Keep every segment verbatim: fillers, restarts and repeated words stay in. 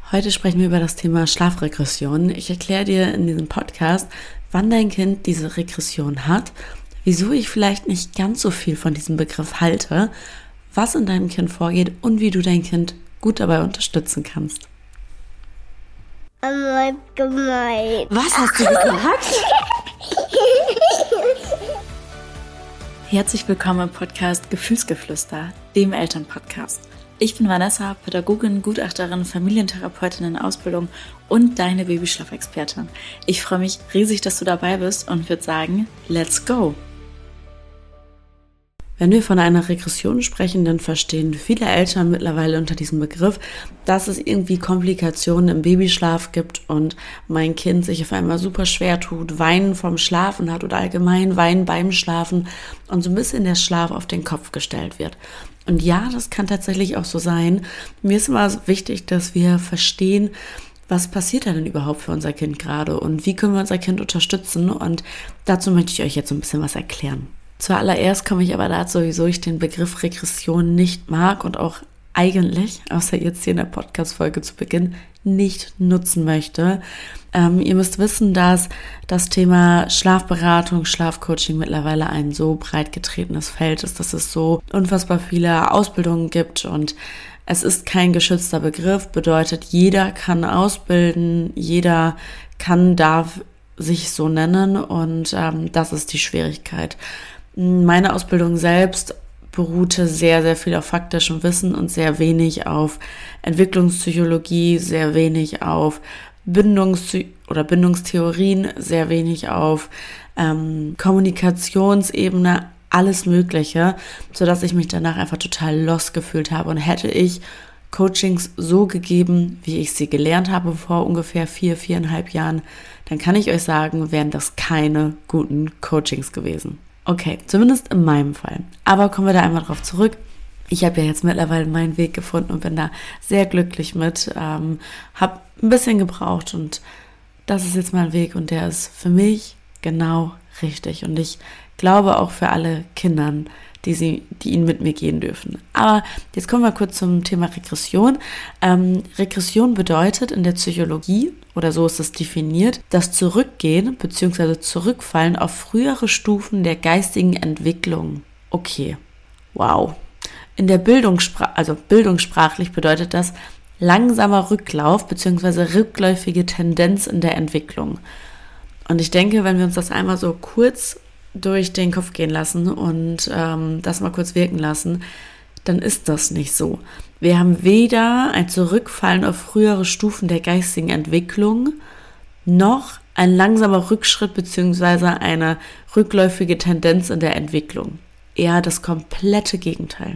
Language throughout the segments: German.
Heute sprechen wir über das Thema Schlafregression. Ich erkläre dir in diesem Podcast, wann dein Kind diese Regression hat, wieso ich vielleicht nicht ganz so viel von diesem Begriff halte, was in deinem Kind vorgeht und wie du dein Kind gut dabei unterstützen kannst. Oh, gemein. Was hast du gesagt? Herzlich willkommen im Podcast Gefühlsgeflüster, dem Elternpodcast. Ich bin Vanessa, Pädagogin, Gutachterin, Familientherapeutin in Ausbildung und deine Babyschlafexpertin. Ich freue mich riesig, dass du dabei bist und würde sagen, let's go! Wenn wir von einer Regression sprechen, dann verstehen viele Eltern mittlerweile unter diesem Begriff, dass es irgendwie Komplikationen im Babyschlaf gibt und mein Kind sich auf einmal super schwer tut, Weinen vom Schlafen hat oder allgemein Weinen beim Schlafen und so ein bisschen der Schlaf auf den Kopf gestellt wird. Und ja, das kann tatsächlich auch so sein. Mir ist immer wichtig, dass wir verstehen, was passiert da denn überhaupt für unser Kind gerade und wie können wir unser Kind unterstützen, und dazu möchte ich euch jetzt ein bisschen was erklären. Zuallererst komme ich aber dazu, wieso ich den Begriff Regression nicht mag und auch eigentlich, außer jetzt hier in der Podcast-Folge zu Beginn, nicht nutzen möchte. Ähm, ihr müsst wissen, dass das Thema Schlafberatung, Schlafcoaching mittlerweile ein so breit getretenes Feld ist, dass es so unfassbar viele Ausbildungen gibt und es ist kein geschützter Begriff, bedeutet, jeder kann ausbilden, jeder kann, darf sich so nennen und ähm, das ist die Schwierigkeit. Meine Ausbildung selbst beruhte sehr, sehr viel auf faktischem Wissen und sehr wenig auf Entwicklungspsychologie, sehr wenig auf Bindungs- oder Bindungstheorien, sehr wenig auf ähm, Kommunikationsebene, alles Mögliche, sodass ich mich danach einfach total lost gefühlt habe. Und hätte ich Coachings so gegeben, wie ich sie gelernt habe vor ungefähr vier, viereinhalb Jahren, dann kann ich euch sagen, wären das keine guten Coachings gewesen. Okay, zumindest in meinem Fall. Aber kommen wir da einmal drauf zurück. Ich habe ja jetzt mittlerweile meinen Weg gefunden und bin da sehr glücklich mit. Ähm, habe ein bisschen gebraucht und das ist jetzt mein Weg und der ist für mich genau richtig. Und ich glaube auch für alle Kindern, die sie, die ihn mit mir gehen dürfen. Aber jetzt kommen wir kurz zum Thema Regression. Ähm, Regression bedeutet in der Psychologie, oder so ist es definiert, das Zurückgehen bzw. Zurückfallen auf frühere Stufen der geistigen Entwicklung. Okay, wow. In der Bildungssprache, also bildungssprachlich bedeutet das langsamer Rücklauf bzw. rückläufige Tendenz in der Entwicklung. Und ich denke, wenn wir uns das einmal so kurz durch den Kopf gehen lassen und ähm, das mal kurz wirken lassen, dann ist das nicht so. Wir haben weder ein Zurückfallen auf frühere Stufen der geistigen Entwicklung, noch ein langsamer Rückschritt bzw. eine rückläufige Tendenz in der Entwicklung. Eher das komplette Gegenteil.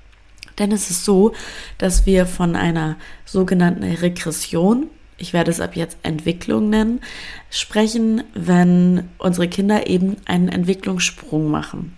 Denn es ist so, dass wir von einer sogenannten Regression, ich werde es ab jetzt Entwicklung nennen, sprechen, wenn unsere Kinder eben einen Entwicklungssprung machen.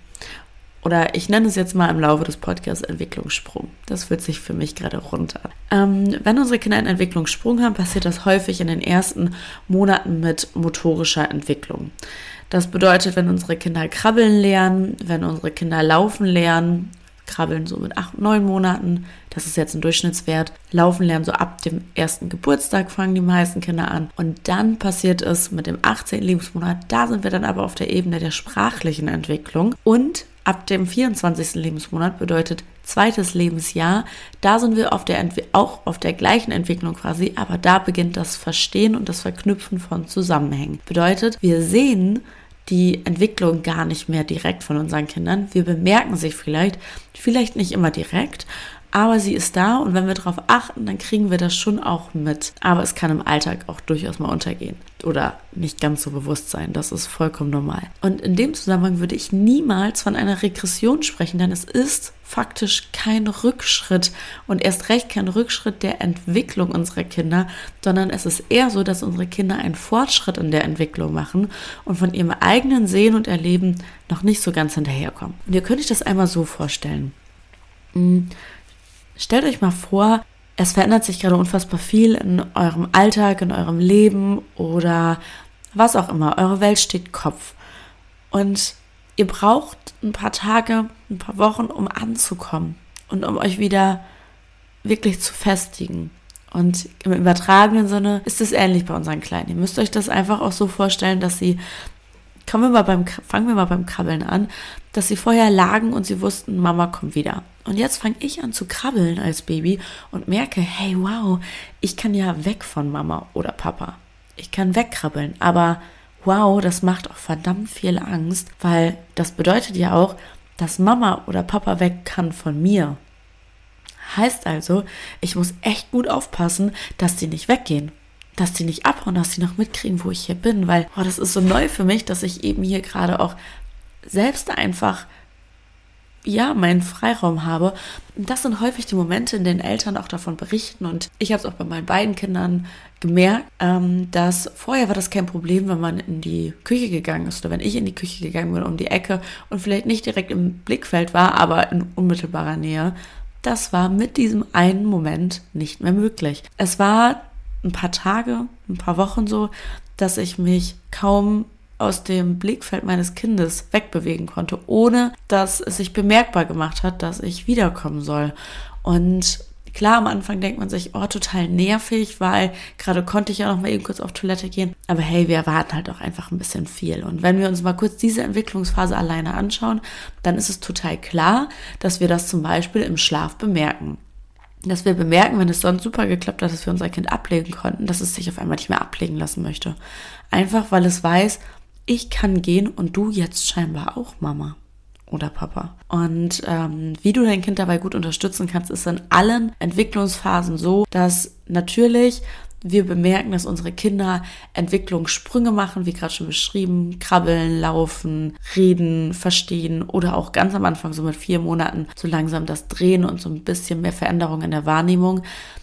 Oder ich nenne es jetzt mal im Laufe des Podcasts Entwicklungssprung. Das fühlt sich für mich gerade runter. Ähm, wenn unsere Kinder einen Entwicklungssprung haben, passiert das häufig in den ersten Monaten mit motorischer Entwicklung. Das bedeutet, wenn unsere Kinder krabbeln lernen, wenn unsere Kinder laufen lernen, krabbeln so mit acht, neun Monaten, das ist jetzt ein Durchschnittswert, laufen lernen so ab dem ersten Geburtstag fangen die meisten Kinder an und dann passiert es mit dem achtzehnten Lebensmonat, da sind wir dann aber auf der Ebene der sprachlichen Entwicklung und ab dem vierundzwanzigsten Lebensmonat bedeutet zweites Lebensjahr, da sind wir auf der Entwi- auch auf der gleichen Entwicklung quasi, aber da beginnt das Verstehen und das Verknüpfen von Zusammenhängen. Bedeutet, wir sehen die Entwicklung gar nicht mehr direkt von unseren Kindern. Wir bemerken sie vielleicht, vielleicht nicht immer direkt, aber sie ist da und wenn wir darauf achten, dann kriegen wir das schon auch mit. Aber es kann im Alltag auch durchaus mal untergehen oder nicht ganz so bewusst sein. Das ist vollkommen normal. Und in dem Zusammenhang würde ich niemals von einer Regression sprechen, denn es ist faktisch kein Rückschritt und erst recht kein Rückschritt der Entwicklung unserer Kinder, sondern es ist eher so, dass unsere Kinder einen Fortschritt in der Entwicklung machen und von ihrem eigenen Sehen und Erleben noch nicht so ganz hinterherkommen. Und ihr könnt euch das einmal so vorstellen. Stellt euch mal vor, es verändert sich gerade unfassbar viel in eurem Alltag, in eurem Leben oder was auch immer. Eure Welt steht Kopf. Und ihr braucht ein paar Tage, ein paar Wochen, um anzukommen und um euch wieder wirklich zu festigen. Und im übertragenen Sinne ist es ähnlich bei unseren Kleinen. Ihr müsst euch das einfach auch so vorstellen, dass sie, kommen wir mal beim, fangen wir mal beim Krabbeln an, dass sie vorher lagen und sie wussten, Mama kommt wieder. Und jetzt fange ich an zu krabbeln als Baby und merke, hey, wow, ich kann ja weg von Mama oder Papa. Ich kann wegkrabbeln, aber wow, das macht auch verdammt viel Angst, weil das bedeutet ja auch, dass Mama oder Papa weg kann von mir. Heißt also, ich muss echt gut aufpassen, dass die nicht weggehen, dass die nicht abhauen, dass die noch mitkriegen, wo ich hier bin, weil oh, das ist so neu für mich, dass ich eben hier gerade auch selbst einfach, ja, meinen Freiraum habe. Und das sind häufig die Momente, in denen Eltern auch davon berichten und ich habe es auch bei meinen beiden Kindern gemerkt, ähm, dass vorher war das kein Problem, wenn man in die Küche gegangen ist oder wenn ich in die Küche gegangen bin um die Ecke und vielleicht nicht direkt im Blickfeld war, aber in unmittelbarer Nähe. Das war mit diesem einen Moment nicht mehr möglich. Es war ein paar Tage, ein paar Wochen so, dass ich mich kaum aus dem Blickfeld meines Kindes wegbewegen konnte, ohne dass es sich bemerkbar gemacht hat, dass ich wiederkommen soll. Und klar, am Anfang denkt man sich, oh, total nervig, weil gerade konnte ich ja noch mal eben kurz auf Toilette gehen. Aber hey, wir erwarten halt auch einfach ein bisschen viel. Und wenn wir uns mal kurz diese Entwicklungsphase alleine anschauen, dann ist es total klar, dass wir das zum Beispiel im Schlaf bemerken. Dass wir bemerken, wenn es sonst super geklappt hat, dass wir unser Kind ablegen konnten, dass es sich auf einmal nicht mehr ablegen lassen möchte. Einfach, weil es weiß, ich kann gehen und du jetzt scheinbar auch, Mama oder Papa. Und ähm, wie du dein Kind dabei gut unterstützen kannst, ist in allen Entwicklungsphasen so, dass natürlich wir bemerken, dass unsere Kinder Entwicklungssprünge machen, wie gerade schon beschrieben, krabbeln, laufen, reden, verstehen oder auch ganz am Anfang, so mit vier Monaten, so langsam das Drehen und so ein bisschen mehr Veränderung in der Wahrnehmung.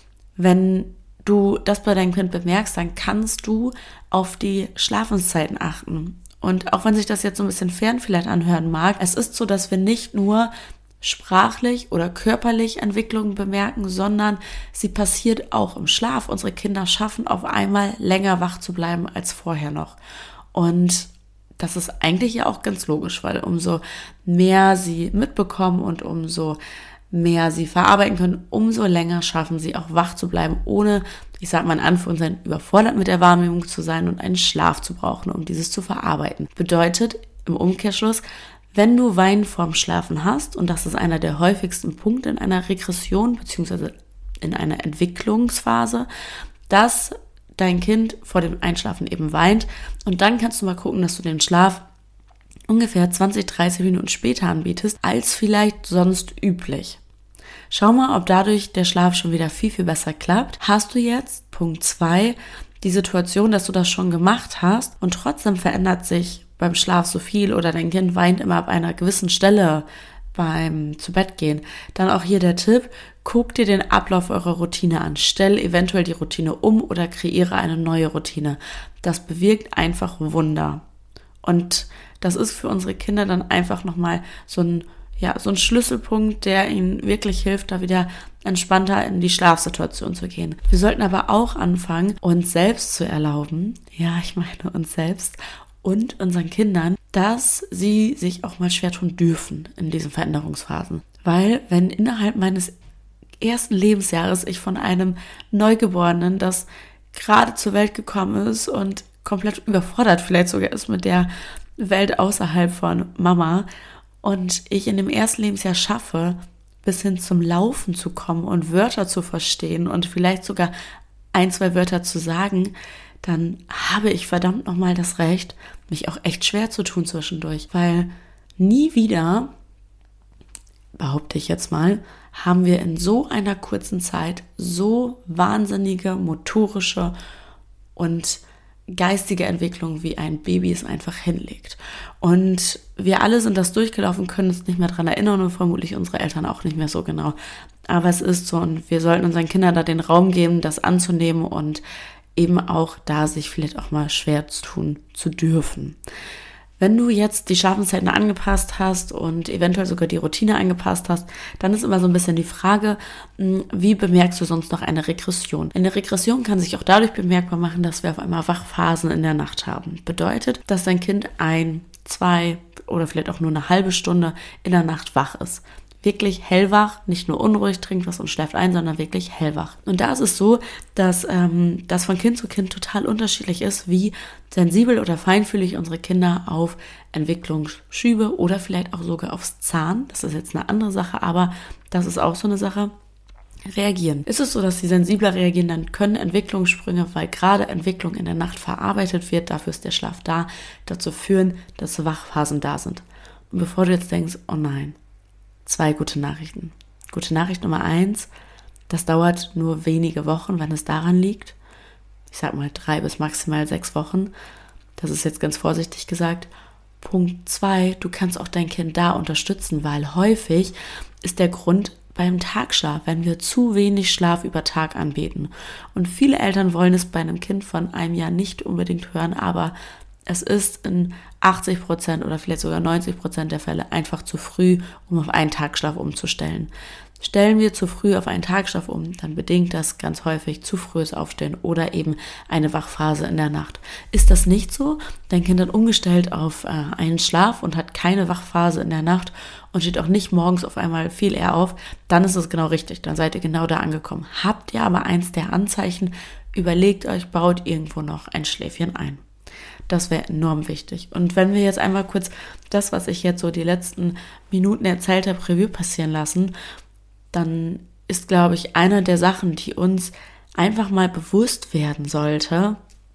Wenn du das bei deinem Kind bemerkst, dann kannst du auf die Schlafenszeiten achten. Und auch wenn sich das jetzt so ein bisschen fern vielleicht anhören mag, es ist so, dass wir nicht nur sprachlich oder körperlich Entwicklungen bemerken, sondern sie passiert auch im Schlaf. Unsere Kinder schaffen auf einmal länger wach zu bleiben als vorher noch. Und das ist eigentlich ja auch ganz logisch, weil umso mehr sie mitbekommen und umso mehr sie verarbeiten können, umso länger schaffen sie auch wach zu bleiben, ohne, ich sag mal in Anführungszeichen, überfordert mit der Wahrnehmung zu sein und einen Schlaf zu brauchen, um dieses zu verarbeiten. Bedeutet im Umkehrschluss, wenn du Weinen vorm Schlafen hast, und das ist einer der häufigsten Punkte in einer Regression bzw. in einer Entwicklungsphase, dass dein Kind vor dem Einschlafen eben weint und dann kannst du mal gucken, dass du den Schlaf ungefähr zwanzig, dreißig Minuten später anbietest, als vielleicht sonst üblich. Schau mal, ob dadurch der Schlaf schon wieder viel, viel besser klappt. Hast du jetzt, Punkt zwei, die Situation, dass du das schon gemacht hast und trotzdem verändert sich beim Schlaf so viel oder dein Kind weint immer ab einer gewissen Stelle beim Zubettgehen, dann auch hier der Tipp, guck dir den Ablauf eurer Routine an, stell eventuell die Routine um oder kreiere eine neue Routine. Das bewirkt einfach Wunder. Und das ist für unsere Kinder dann einfach nochmal so ein, ja, so ein Schlüsselpunkt, der ihnen wirklich hilft, da wieder entspannter in die Schlafsituation zu gehen. Wir sollten aber auch anfangen, uns selbst zu erlauben, ja, ich meine uns selbst und unseren Kindern, dass sie sich auch mal schwer tun dürfen in diesen Veränderungsphasen. Weil wenn innerhalb meines ersten Lebensjahres ich von einem Neugeborenen, das gerade zur Welt gekommen ist und komplett überfordert vielleicht sogar ist mit der Welt außerhalb von Mama und ich in dem ersten Lebensjahr schaffe, bis hin zum Laufen zu kommen und Wörter zu verstehen und vielleicht sogar ein, zwei Wörter zu sagen, dann habe ich verdammt nochmal das Recht, mich auch echt schwer zu tun zwischendurch, weil nie wieder, behaupte ich jetzt mal, haben wir in so einer kurzen Zeit so wahnsinnige motorische und geistige Entwicklung, wie ein Baby es einfach hinlegt. Und wir alle sind das durchgelaufen, können uns nicht mehr dran erinnern und vermutlich unsere Eltern auch nicht mehr so genau. Aber es ist so und wir sollten unseren Kindern da den Raum geben, das anzunehmen und eben auch da sich vielleicht auch mal schwer zu tun zu dürfen. Wenn du jetzt die Schlafenszeiten angepasst hast und eventuell sogar die Routine angepasst hast, dann ist immer so ein bisschen die Frage, wie bemerkst du sonst noch eine Regression? Eine Regression kann sich auch dadurch bemerkbar machen, dass wir auf einmal Wachphasen in der Nacht haben. Bedeutet, dass dein Kind ein, zwei oder vielleicht auch nur eine halbe Stunde in der Nacht wach ist. wirklich hellwach, nicht nur unruhig, trinkt was und schläft ein, sondern wirklich hellwach. Und da ist es so, dass ähm, das von Kind zu Kind total unterschiedlich ist, wie sensibel oder feinfühlig unsere Kinder auf Entwicklungsschübe oder vielleicht auch sogar aufs Zahn, das ist jetzt eine andere Sache, aber das ist auch so eine Sache, reagieren. Ist es so, dass sie sensibler reagieren, dann können Entwicklungssprünge, weil gerade Entwicklung in der Nacht verarbeitet wird, dafür ist der Schlaf da, dazu führen, dass Wachphasen da sind. Und bevor du jetzt denkst, oh nein, zwei gute Nachrichten. Gute Nachricht Nummer eins, das dauert nur wenige Wochen, wenn es daran liegt. Ich sag mal drei bis maximal sechs Wochen. Das ist jetzt ganz vorsichtig gesagt. Punkt zwei, du kannst auch dein Kind da unterstützen, weil häufig ist der Grund beim Tagschlaf, wenn wir zu wenig Schlaf über Tag anbieten. Und viele Eltern wollen es bei einem Kind von einem Jahr nicht unbedingt hören, aber es ist in achtzig Prozent oder vielleicht sogar neunzig Prozent der Fälle einfach zu früh, um auf einen Tagschlaf umzustellen. Stellen wir zu früh auf einen Tagschlaf um, dann bedingt das ganz häufig zu frühes Aufstehen oder eben eine Wachphase in der Nacht. Ist das nicht so? Dein Kind hat umgestellt auf äh, einen Schlaf und hat keine Wachphase in der Nacht und steht auch nicht morgens auf einmal viel eher auf, dann ist es genau richtig, dann seid ihr genau da angekommen. Habt ihr aber eins der Anzeichen, überlegt euch, baut irgendwo noch ein Schläfchen ein. Das wäre enorm wichtig. Und wenn wir jetzt einmal kurz das, was ich jetzt so die letzten Minuten erzählt habe, Revue passieren lassen, dann ist, glaube ich, eine der Sachen, die uns einfach mal bewusst werden sollte,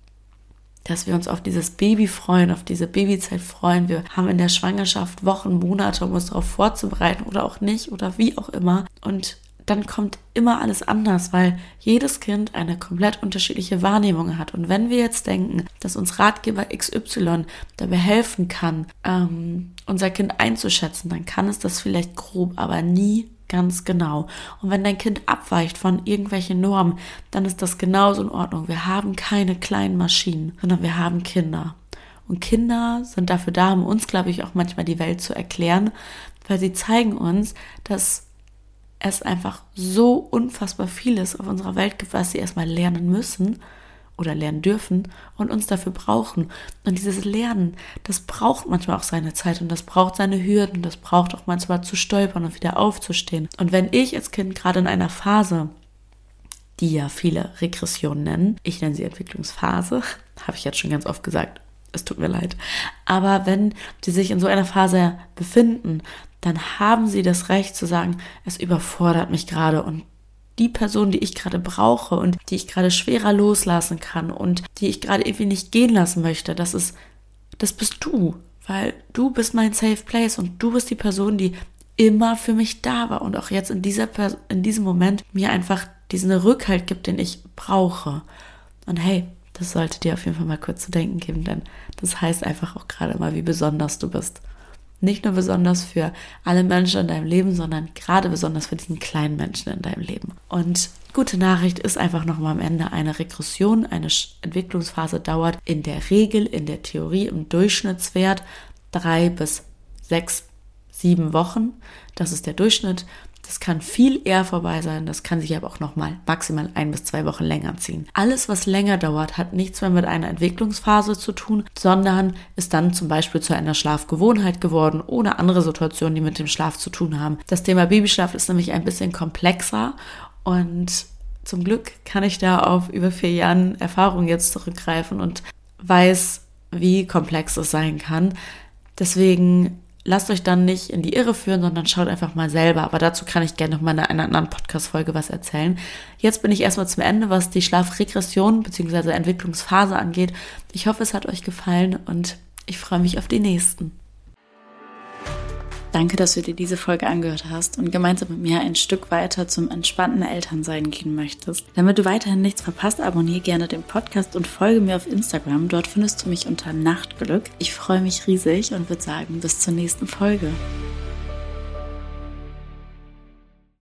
dass wir uns auf dieses Baby freuen, auf diese Babyzeit freuen. Wir haben in der Schwangerschaft Wochen, Monate, um uns darauf vorzubereiten oder auch nicht oder wie auch immer. Und dann kommt immer alles anders, weil jedes Kind eine komplett unterschiedliche Wahrnehmung hat. Und wenn wir jetzt denken, dass uns Ratgeber X Y dabei helfen kann, ähm, unser Kind einzuschätzen, dann kann es das vielleicht grob, aber nie ganz genau. Und wenn dein Kind abweicht von irgendwelchen Normen, dann ist das genauso in Ordnung. Wir haben keine kleinen Maschinen, sondern wir haben Kinder. Und Kinder sind dafür da, um uns, glaube ich, auch manchmal die Welt zu erklären, weil sie zeigen uns, dass es einfach so unfassbar vieles auf unserer Welt gibt, was sie erstmal lernen müssen oder lernen dürfen und uns dafür brauchen. Und dieses Lernen, das braucht manchmal auch seine Zeit und das braucht seine Hürden, das braucht auch manchmal zu stolpern und wieder aufzustehen. Und wenn ich als Kind gerade in einer Phase, die ja viele Regressionen nennen, ich nenne sie Entwicklungsphase, habe ich jetzt schon ganz oft gesagt, es tut mir leid, aber wenn sie sich in so einer Phase befinden, dann haben sie das Recht zu sagen, es überfordert mich gerade und die Person, die ich gerade brauche und die ich gerade schwerer loslassen kann und die ich gerade irgendwie nicht gehen lassen möchte, das ist, das bist du, weil du bist mein Safe Place und du bist die Person, die immer für mich da war und auch jetzt in dieser in diesem Moment mir einfach diesen Rückhalt gibt, den ich brauche. Und hey, das sollte dir auf jeden Fall mal kurz zu denken geben, denn das heißt einfach auch gerade mal, wie besonders du bist. Nicht nur besonders für alle Menschen in deinem Leben, sondern gerade besonders für diesen kleinen Menschen in deinem Leben. Und gute Nachricht ist einfach nochmal am Ende eine Regression, eine Entwicklungsphase dauert in der Regel, in der Theorie im Durchschnittswert drei bis sechs, sieben Wochen. Das ist der Durchschnitt. Das kann viel eher vorbei sein, das kann sich aber auch nochmal maximal ein bis zwei Wochen länger ziehen. Alles, was länger dauert, hat nichts mehr mit einer Entwicklungsphase zu tun, sondern ist dann zum Beispiel zu einer Schlafgewohnheit geworden oder andere Situationen, die mit dem Schlaf zu tun haben. Das Thema Babyschlaf ist nämlich ein bisschen komplexer und zum Glück kann ich da auf über vier Jahren Erfahrung jetzt zurückgreifen und weiß, wie komplex es sein kann. Deswegen lasst euch dann nicht in die Irre führen, sondern schaut einfach mal selber. Aber dazu kann ich gerne noch mal in einer anderen Podcast-Folge was erzählen. Jetzt bin ich erstmal zum Ende, was die Schlafregression bzw. Entwicklungsphase angeht. Ich hoffe, es hat euch gefallen und ich freue mich auf die nächsten. Danke, dass du dir diese Folge angehört hast und gemeinsam mit mir ein Stück weiter zum entspannten Elternsein gehen möchtest. Damit du weiterhin nichts verpasst, abonniere gerne den Podcast und folge mir auf Instagram. Dort findest du mich unter Nachtglück. Ich freue mich riesig und würde sagen, bis zur nächsten Folge.